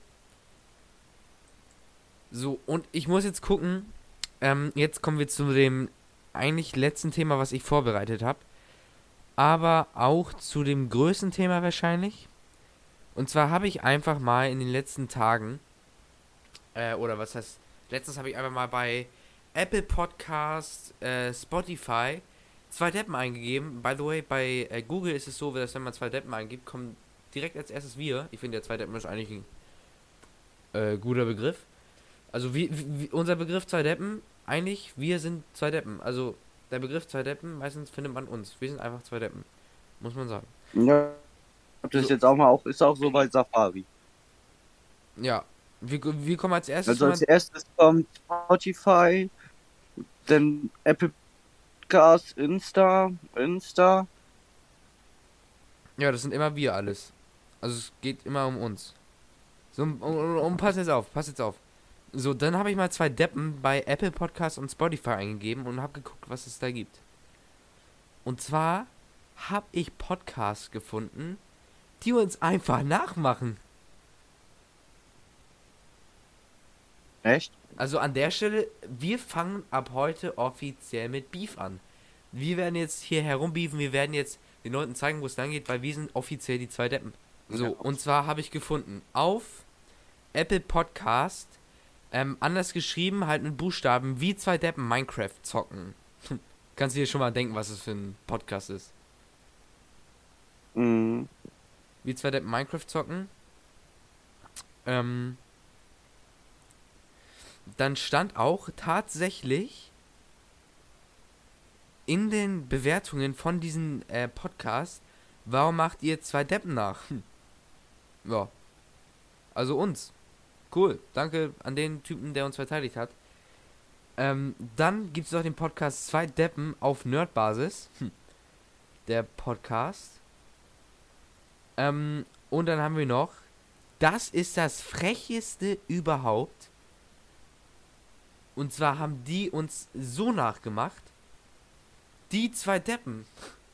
So, und ich muss jetzt gucken. Jetzt kommen wir zu dem eigentlich letzten Thema, was ich vorbereitet habe. Aber auch zu dem größten Thema wahrscheinlich. Und zwar habe ich einfach mal in den letzten Tagen, oder was heißt, letztens habe ich einfach mal bei Apple Podcast, Spotify, 2 Deppen eingegeben. By the way, bei Google ist es so, dass wenn man 2 Deppen eingibt, kommen direkt als erstes wir. Ich finde ja 2 Deppen ist eigentlich ein guter Begriff. Also unser Begriff 2 Deppen, eigentlich, wir sind 2 Deppen. Also der Begriff 2 Deppen, meistens findet man uns. Wir sind einfach 2 Deppen. Muss man sagen. Ja, hab das So, jetzt auch mal auch, ist auch so bei Safari. Ja. Wir kommen als erstes. Also als erstes kommt Spotify, dann Apple Podcast, Insta. Ja, das sind immer wir alles. Also es geht immer um uns. So, pass jetzt auf. So, dann habe ich mal 2 Deppen bei Apple Podcasts und Spotify eingegeben und habe geguckt, was es da gibt. Und zwar habe ich Podcasts gefunden, die uns einfach nachmachen. Echt? Also an der Stelle, wir fangen ab heute offiziell mit Beef an. Wir werden jetzt hier herumbeefen, wir werden jetzt den Leuten zeigen, wo es lang geht, weil wir sind offiziell die 2 Deppen. So, Ja. und zwar habe ich gefunden, auf Apple Podcast, anders geschrieben, halt mit Buchstaben, wie 2 Deppen Minecraft zocken. Kannst du dir schon mal denken, was es für ein Podcast ist. Mhm. Wie 2 Deppen Minecraft zocken. Dann stand auch tatsächlich in den Bewertungen von diesem Podcast, warum macht ihr 2 Deppen nach? Ja. Also uns. Cool. Danke an den Typen, der uns verteidigt hat. Dann gibt es noch den Podcast 2 Deppen auf Nerdbasis. Der Podcast. Und dann haben wir noch, das ist das Frecheste überhaupt. Und zwar haben die uns so nachgemacht. Die 2 Deppen.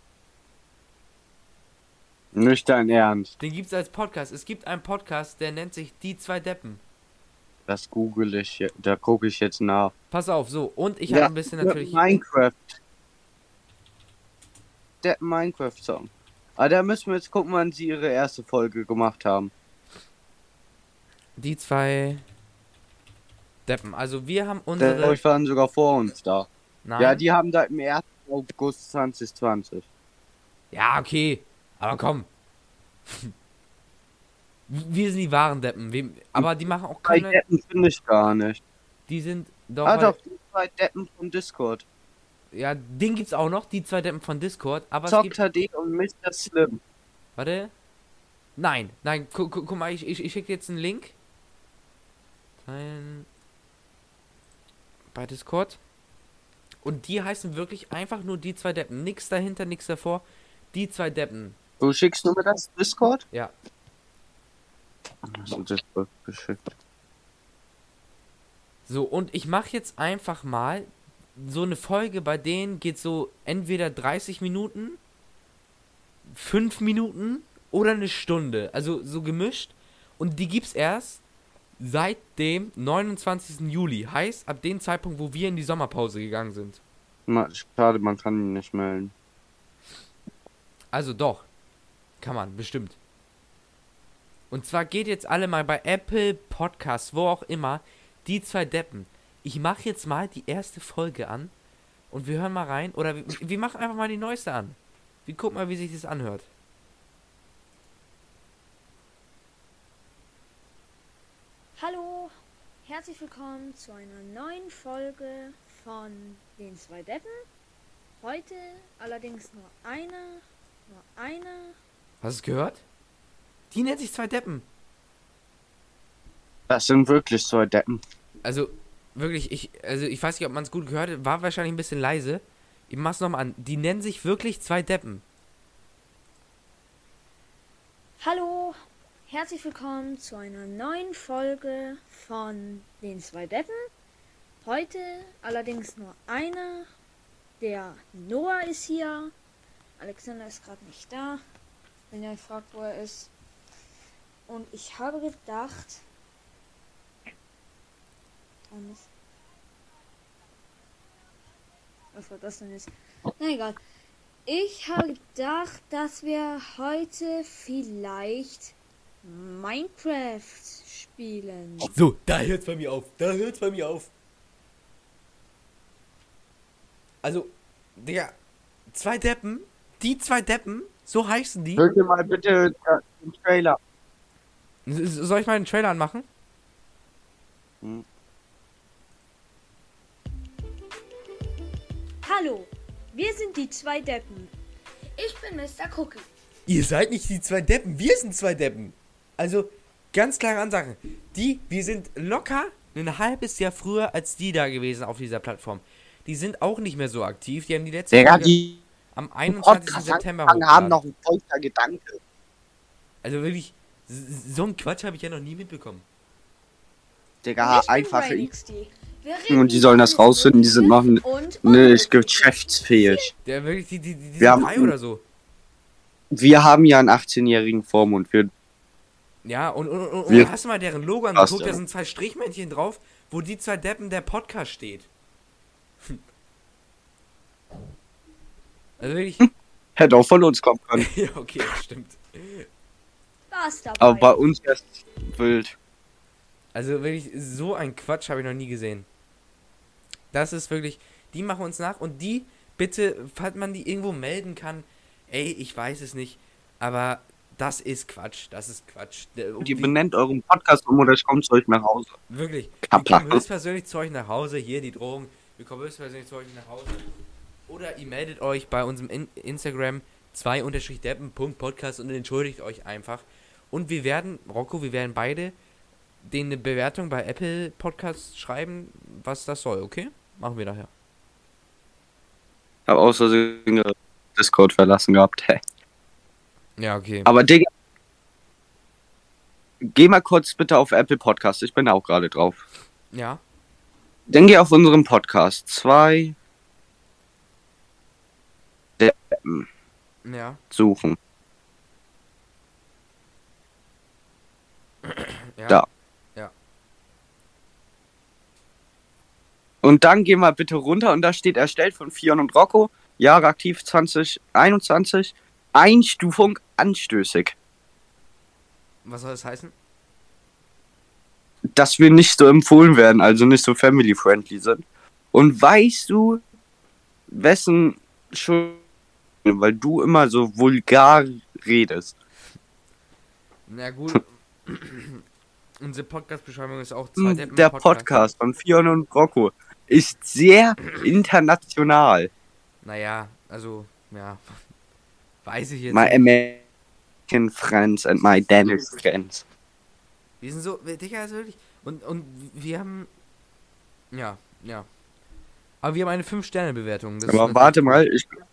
Nicht dein Ernst. Den gibt's als Podcast. Es gibt einen Podcast, der nennt sich Die 2 Deppen. Das google ich, da gucke ich jetzt nach. Pass auf, so. Und ich habe ein bisschen natürlich... Minecraft. Der Minecraft-Song. Aber da müssen wir jetzt gucken, wann sie ihre erste Folge gemacht haben. Die 2 Deppen. Also wir haben Die unsere... waren sogar vor uns da. Nein? Ja, die haben da im 1. August 2020. Ja, okay. Aber komm. Wir sind die wahren Deppen. Aber die machen auch Zwei keine... Deppen finde ich gar nicht. Die sind doch... Ah doch, die 2 Deppen von Discord. Ja, den gibt's auch noch. Die 2 Deppen von Discord. Aber es gibt... Dr. D und Mr. Slim. Warte. Nein. Guck mal, ich schicke dir jetzt einen Link. Teilen. Bei Discord. Und die heißen wirklich einfach nur die 2 Deppen. Nix dahinter, nix davor. Die 2 Deppen. Du schickst nur mir das Discord? Ja. So, Discord geschickt. So, und ich mache jetzt einfach mal so eine Folge, bei denen geht so entweder 30 Minuten, 5 Minuten oder eine Stunde. Also so gemischt. Und die gibt's erst seit dem 29. Juli. Heißt, ab dem Zeitpunkt, wo wir in die Sommerpause gegangen sind. Schade, man kann ihn nicht melden. Also doch. Kann man, bestimmt. Und zwar geht jetzt alle mal bei Apple Podcasts, wo auch immer, die 2 Deppen. Ich mache jetzt mal die erste Folge an und wir hören mal rein. Oder wir machen einfach mal die neueste an. Wir gucken mal, wie sich das anhört. Hallo, herzlich willkommen zu einer neuen Folge von den 2 Deppen. Heute allerdings nur eine. Hast du es gehört? Die nennt sich 2 Deppen. Das sind wirklich 2 Deppen. Also, wirklich, ich weiß nicht, ob man es gut gehört hat. War wahrscheinlich ein bisschen leise. Ich mach's nochmal an. Die nennen sich wirklich 2 Deppen. Hallo, herzlich willkommen zu einer neuen Folge von den 2 Deppen. Heute allerdings nur eine. Der Noah ist hier. Alexander ist gerade nicht da. Wenn ihr euch fragt, wo er ist. Und ich habe gedacht... Was war das denn jetzt? Na egal. Ich habe gedacht, dass wir heute vielleicht Minecraft spielen. So, da hört's bei mir auf. Also, Digga, 2 Deppen, die 2 Deppen, so heißen die. Hört ihr mal bitte den Trailer. Soll ich mal einen Trailer anmachen? Hallo, wir sind die 2 Deppen. Ich bin Mr. Cookie. Ihr seid nicht die 2 Deppen, wir sind 2 Deppen. Also, ganz klare Ansage. Wir sind locker ein halbes Jahr früher als die da gewesen auf dieser Plattform. Die sind auch nicht mehr so aktiv. Die haben die letzte Digga, Folge die am 21. September haben hochgeladen. noch einen feuchter Gedanke. Also wirklich, so einen Quatsch habe ich ja noch nie mitbekommen. Digga, Ich bin einfach. Ray XD. Wir reden Und die sollen das über alles rausfinden, die sind noch Mögliche und nicht Unmögliche. geschäftsfähig. Der wirklich, die sind Wir haben- 3 oder so. Wir haben ja einen 18-jährigen Vormund. Ja, und Wir- hast du mal deren Logo Passt, angeguckt? Da ja. sind 2 Strichmännchen drauf, wo die 2 Deppen der Podcast steht. Also wirklich, Hätte auch von uns kommen können. ja, okay, das stimmt. Spaß dabei. Aber bei uns wäre es wild. Also wirklich, so ein Quatsch habe ich noch nie gesehen. Das ist wirklich, die machen uns nach und die, bitte, falls man die irgendwo melden kann, ey, ich weiß es nicht, aber das ist Quatsch, das ist Quatsch. Und ihr benennt euren Podcast um oder ich komme zu euch nach Hause. Wirklich, wir Kappa. kommen höchstpersönlich zu euch nach Hause, hier die Drohung, wir kommen höchstpersönlich zu euch nach Hause. Oder ihr meldet euch bei unserem Instagram 2_deppen.podcast und entschuldigt euch einfach. Und wir werden, Rocco, wir werden beide denen eine Bewertung bei Apple Podcasts schreiben, was das soll, okay? Machen wir daher. Ich habe außer Discord verlassen gehabt. Hä. Ja, okay. Aber Digga, geh mal kurz bitte auf Apple Podcast. Ich bin auch gerade drauf. Ja, Dann geh auf unseren Podcast 2 Deppen ja, suchen. ja. Da. Ja. Und dann geh mal bitte runter und da steht erstellt von Fion und Rocco. Jahre aktiv 2021. Einstufung anstößig. Was soll das heißen? Dass wir nicht so empfohlen werden, also nicht so family-friendly sind. Und weißt du, wessen Schuld, weil du immer so vulgar redest. Na gut. Unsere Podcast-Beschreibung ist auch 2 Deppen. Der Podcast von Fion und Rocco ist sehr international. Naja, also, ja. Weiß ich jetzt My nicht. American friends and my Danish friends. Wir sind so, Digga, also wirklich. Und wir haben. Ja, ja. Aber wir haben eine 5-Sterne-Bewertung. das ist Aber natürlich warte cool. mal,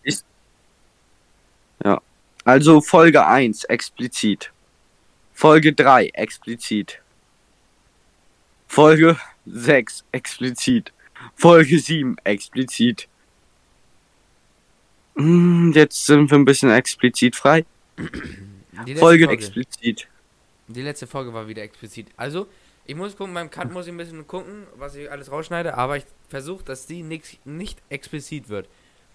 ja. Also Folge 1 explizit. Folge 3 explizit. Folge 6 explizit. Folge 7 explizit. Jetzt sind wir ein bisschen explizit frei. Die letzte Folge Folge. explizit. Die letzte Folge war wieder explizit. Also, ich muss gucken, beim Cut muss ich ein bisschen gucken, was ich alles rausschneide, aber ich versuche, dass die nicht explizit wird.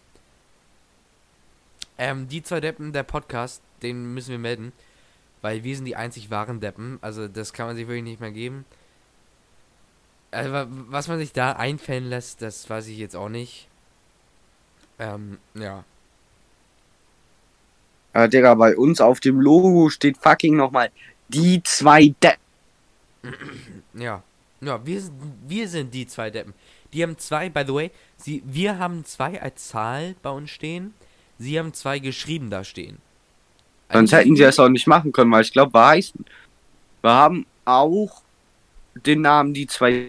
Die 2 Deppen, der Podcast, den müssen wir melden, weil wir sind die einzig wahren Deppen, also das kann man sich wirklich nicht mehr geben. Also, was man sich da einfällen lässt, das weiß ich jetzt auch nicht. Ja. Digga, bei uns auf dem Logo steht fucking nochmal die 2 Deppen. Ja. Ja, wir sind die 2 Deppen. Die haben 2, by the way, wir haben 2 als Zahl bei uns stehen. Sie haben 2 geschrieben da stehen. Sonst hätten sie es auch nicht machen können, weil ich glaube, wir haben auch den Namen die 2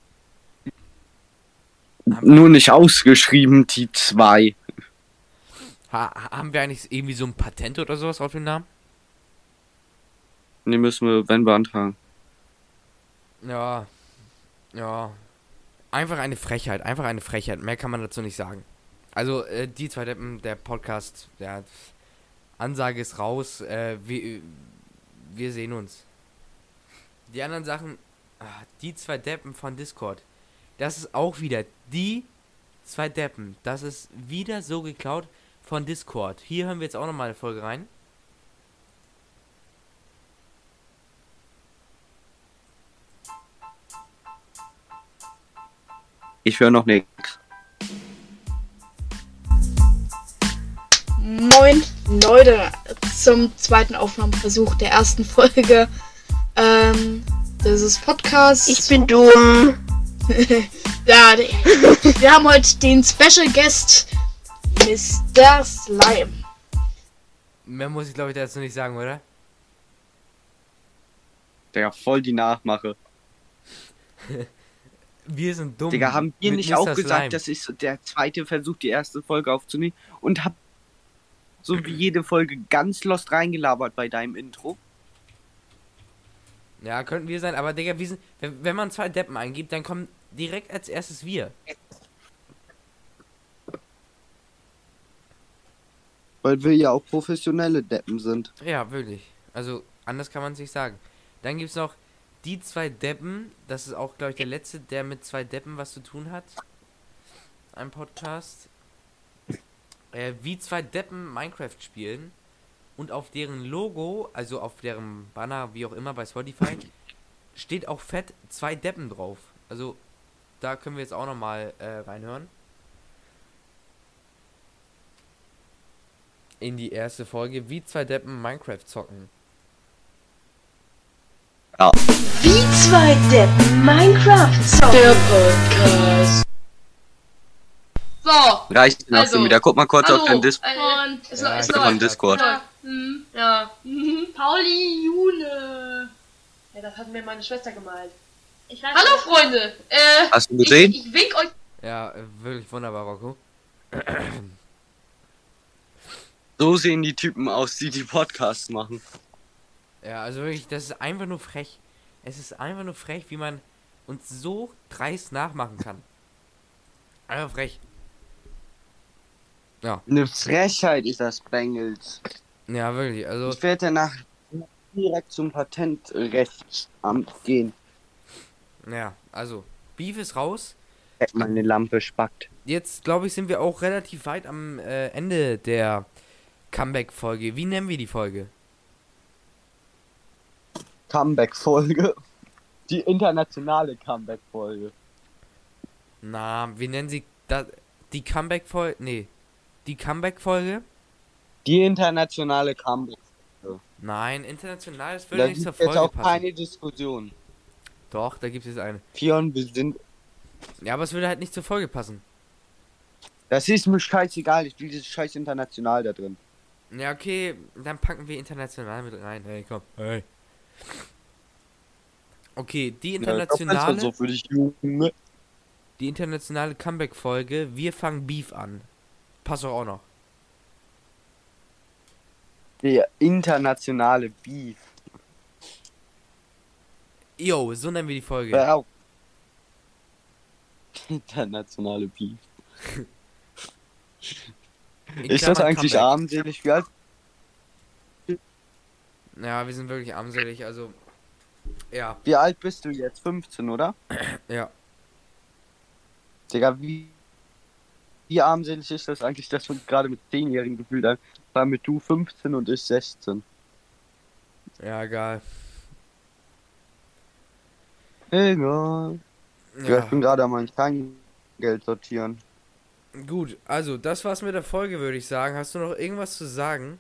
nur nicht ausgeschrieben, die 2. Haben wir eigentlich irgendwie so ein Patent oder sowas auf den Namen? Ne, müssen wir, wenn, beantragen. Ja. Ja. Einfach eine Frechheit. Mehr kann man dazu nicht sagen. Also, die 2 Deppen, der Podcast, der Ansage ist raus. Wir sehen uns. Die anderen Sachen, die 2 Deppen von Discord. Das ist auch wieder die 2 Deppen. Das ist wieder so geklaut von Discord. Hier hören wir jetzt auch nochmal eine Folge rein. Ich höre noch nichts. Moin Leute zum zweiten Aufnahmeversuch der ersten Folge dieses Podcasts. Ich bin dumm. Ja, wir haben heute den Special Guest Mr. Slime. Mehr muss ich, glaube ich, dazu nicht sagen, oder? Der voll die Nachmache. Wir sind dumm. Digga, haben wir Mit nicht Mr. auch Slime. gesagt, das ist so der zweite Versuch, die erste Folge aufzunehmen und hab so wie jede Folge ganz lost reingelabert bei deinem Intro? Ja, könnten wir sein, aber Digga, wir sind, wenn man 2 Deppen eingibt, dann kommen direkt als erstes wir. Weil wir ja auch professionelle Deppen sind. Ja, wirklich. Also, anders kann man es nicht sagen. Dann gibt's noch die 2 Deppen. Das ist auch, glaube ich, der letzte, der mit 2 Deppen was zu tun hat. Ein Podcast. Wie 2 Deppen Minecraft spielen. Und auf deren Logo, also auf deren Banner, wie auch immer, bei Spotify, steht auch fett 2 Deppen drauf. Also, da können wir jetzt auch nochmal reinhören. In die erste Folge, wie 2 Deppen Minecraft zocken. Wie 2 Deppen Minecraft zocken. Der Podcast. So, Reicht noch Also, schon wieder. Guck mal kurz auf dein Discord. und es Ja, es ich Von weiß. läuft. Discord. Ja. Ja. Pauli Jule. Ja, das hat mir meine Schwester gemalt. Hallo Freunde. Hast du gesehen? Ich wink euch. Ja, wirklich wunderbar, Rocco. So sehen die Typen aus, die die Podcasts machen. Ja, also wirklich, das ist einfach nur frech. Es ist einfach nur frech, wie man uns so dreist nachmachen kann. Einfach frech. Eine Frechheit ist das, Bengels. Ja, wirklich, also, Ich werde danach direkt zum Patentrechtsamt gehen. ja, also, Beef ist raus. Meine Lampe spackt. Jetzt, glaube ich, sind wir auch relativ weit am Ende der Comeback-Folge. Wie nennen wir die Folge? Comeback-Folge. Die internationale Comeback-Folge. Na, wir nennen sie die Comeback-Folge? Nee. Die Comeback-Folge? Die internationale Comeback. Nein, international, das würde Da nicht gibt zur jetzt Folge auch passen. keine Diskussion. Doch, da gibt es eine. Pion, wir sind. Ja, aber es würde halt nicht zur Folge passen. Das ist mir scheißegal. Ich will dieses scheiß international da drin. Ja, okay, dann packen wir international mit rein. Hey, komm. Hey. Okay, die internationale, So für dich, Junge. die internationale Comeback-Folge, wir fangen Beef an. Passt doch auch noch. Der internationale Beef. Jo, so nennen wir die Folge. Hör auf. Internationale Beef. In Ist das Klammern eigentlich Comeback. armselig? Wie alt? Ja, wir sind wirklich armselig, also. Ja, Wie alt bist du jetzt? 15, oder? ja. Digga, wie armselig ist das eigentlich, dass wir gerade mit 10-Jährigen gefühlt haben? Damit du 15 und ich 16. Ja, egal. Egal. Ja. Ich Ja. bin gerade an mein Kleingeld sortieren. Gut, also das war's mit der Folge, würde ich sagen. Hast du noch irgendwas zu sagen?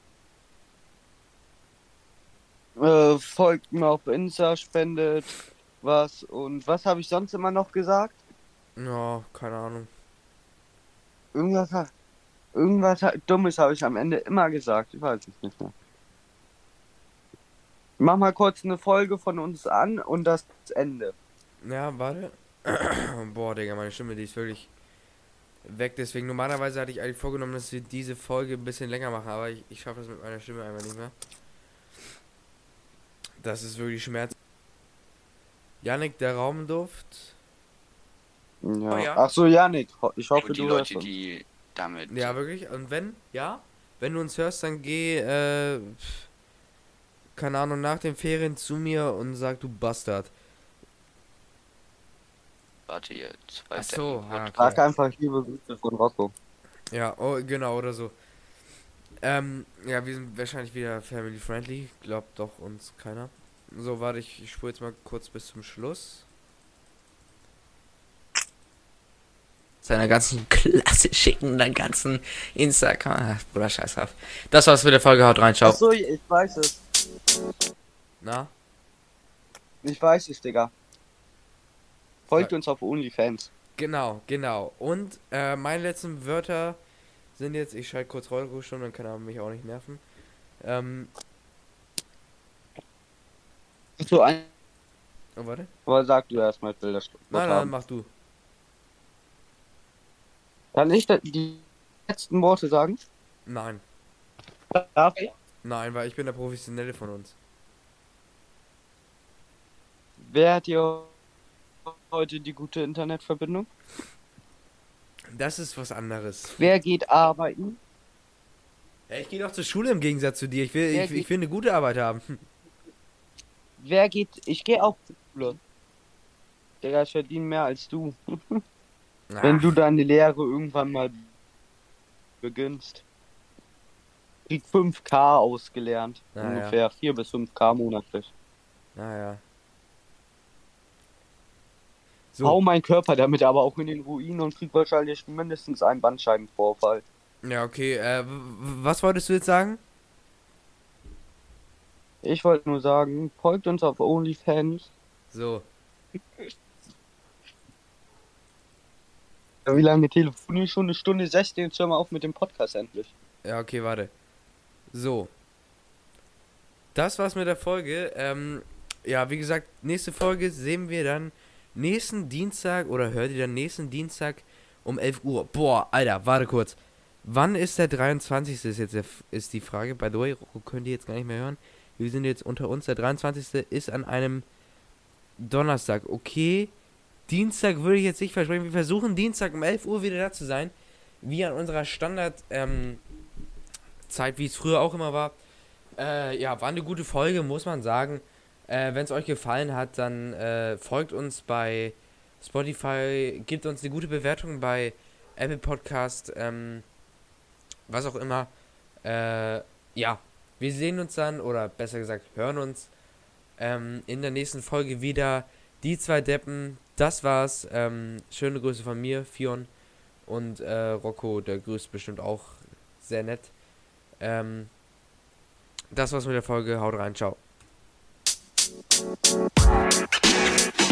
Folgt mir auf Insta, spendet was und was habe ich sonst immer noch gesagt? Ja, keine Ahnung. Irgendwas Dummes habe ich am Ende immer gesagt. Ich weiß es nicht mehr. Mach mal kurz eine Folge von uns an und das Ende. Ja, warte. Boah, Digga, meine Stimme, die ist wirklich weg. Deswegen, normalerweise hatte ich eigentlich vorgenommen, dass wir diese Folge ein bisschen länger machen, aber ich schaffe das mit meiner Stimme einfach nicht mehr. Das ist wirklich Schmerz. Yannick, der Raumduft. Ja. Oh ja. Ach so, Janik, ich hoffe, Und die du Leute, hörst uns. die damit. Ja, wirklich. Und wenn, ja, wenn du uns hörst, dann geh, keine Ahnung, nach den Ferien zu mir und sag, du Bastard. Warte jetzt. Ach so, ja, okay. Sag einfach liebe Grüße von Rocco. Ja, oh, genau, oder so. Ja, wir sind wahrscheinlich wieder family friendly. Glaubt doch uns keiner. So, warte, ich spule jetzt mal kurz bis zum Schluss. Seiner ganzen Klasse schicken, deinen ganzen Instagram. Ach, Bruder, scheiß drauf. Das war's mit der Folge, haut rein, ciao. Ach so, ich weiß es. Na? Ich weiß es, Digga. Folgt uns auf OnlyFans. Genau, genau. Und meine letzten Wörter sind jetzt, ich schalte kurz Rollo schon, dann kann er mich auch nicht nerven. So ein. Oh, warte. Aber sag du erstmal, ich will das Wort Nein, haben. mach du. Kann ich die letzten Worte sagen? Nein. Darf ich? Nein, weil ich bin der Professionelle von uns. Wer hat hier heute die gute Internetverbindung? Das ist was anderes. Wer geht arbeiten? Ja, ich gehe doch zur Schule im Gegensatz zu dir. Ich will, Wer ich geht- will eine gute Arbeit haben. Wer geht. Ich gehe auch zur Schule. Digga, ich verdiene mehr als du. Wenn du deine Lehre irgendwann mal beginnst. Krieg 5K ausgelernt. Ah, Ungefähr 4 bis 5K monatlich. Naja. Hau So. meinen Körper damit aber auch in den Ruin und krieg wahrscheinlich mindestens einen Bandscheibenvorfall. Ja, okay. Was wolltest du jetzt sagen? Ich wollte nur sagen, folgt uns auf OnlyFans. So. Wie lange telefoniere ich schon? 1:16. Jetzt hören wir auf mit dem Podcast endlich. Ja, okay, warte. So. Das war's mit der Folge. Ja, wie gesagt, nächste Folge sehen wir dann nächsten Dienstag oder hört ihr dann nächsten Dienstag um 11 Uhr. Boah, Alter, warte kurz. Wann ist der 23. ist die Frage. By the way, könnt ihr jetzt gar nicht mehr hören. Wir sind jetzt unter uns. Der 23. ist an einem Donnerstag. Okay. Dienstag würde ich jetzt nicht versprechen. Wir versuchen Dienstag um 11 Uhr wieder da zu sein. Wie an unserer Standard Zeit, wie es früher auch immer war. Ja, war eine gute Folge, muss man sagen. Wenn es euch gefallen hat, dann folgt uns bei Spotify, gebt uns eine gute Bewertung bei Apple Podcast, was auch immer. Ja, wir sehen uns dann, oder besser gesagt, hören uns in der nächsten Folge wieder. Die zwei Deppen, das war's. Schöne Grüße von mir, Fion. Und Rocco, der grüßt bestimmt auch sehr nett. Das war's mit der Folge. Haut rein, ciao.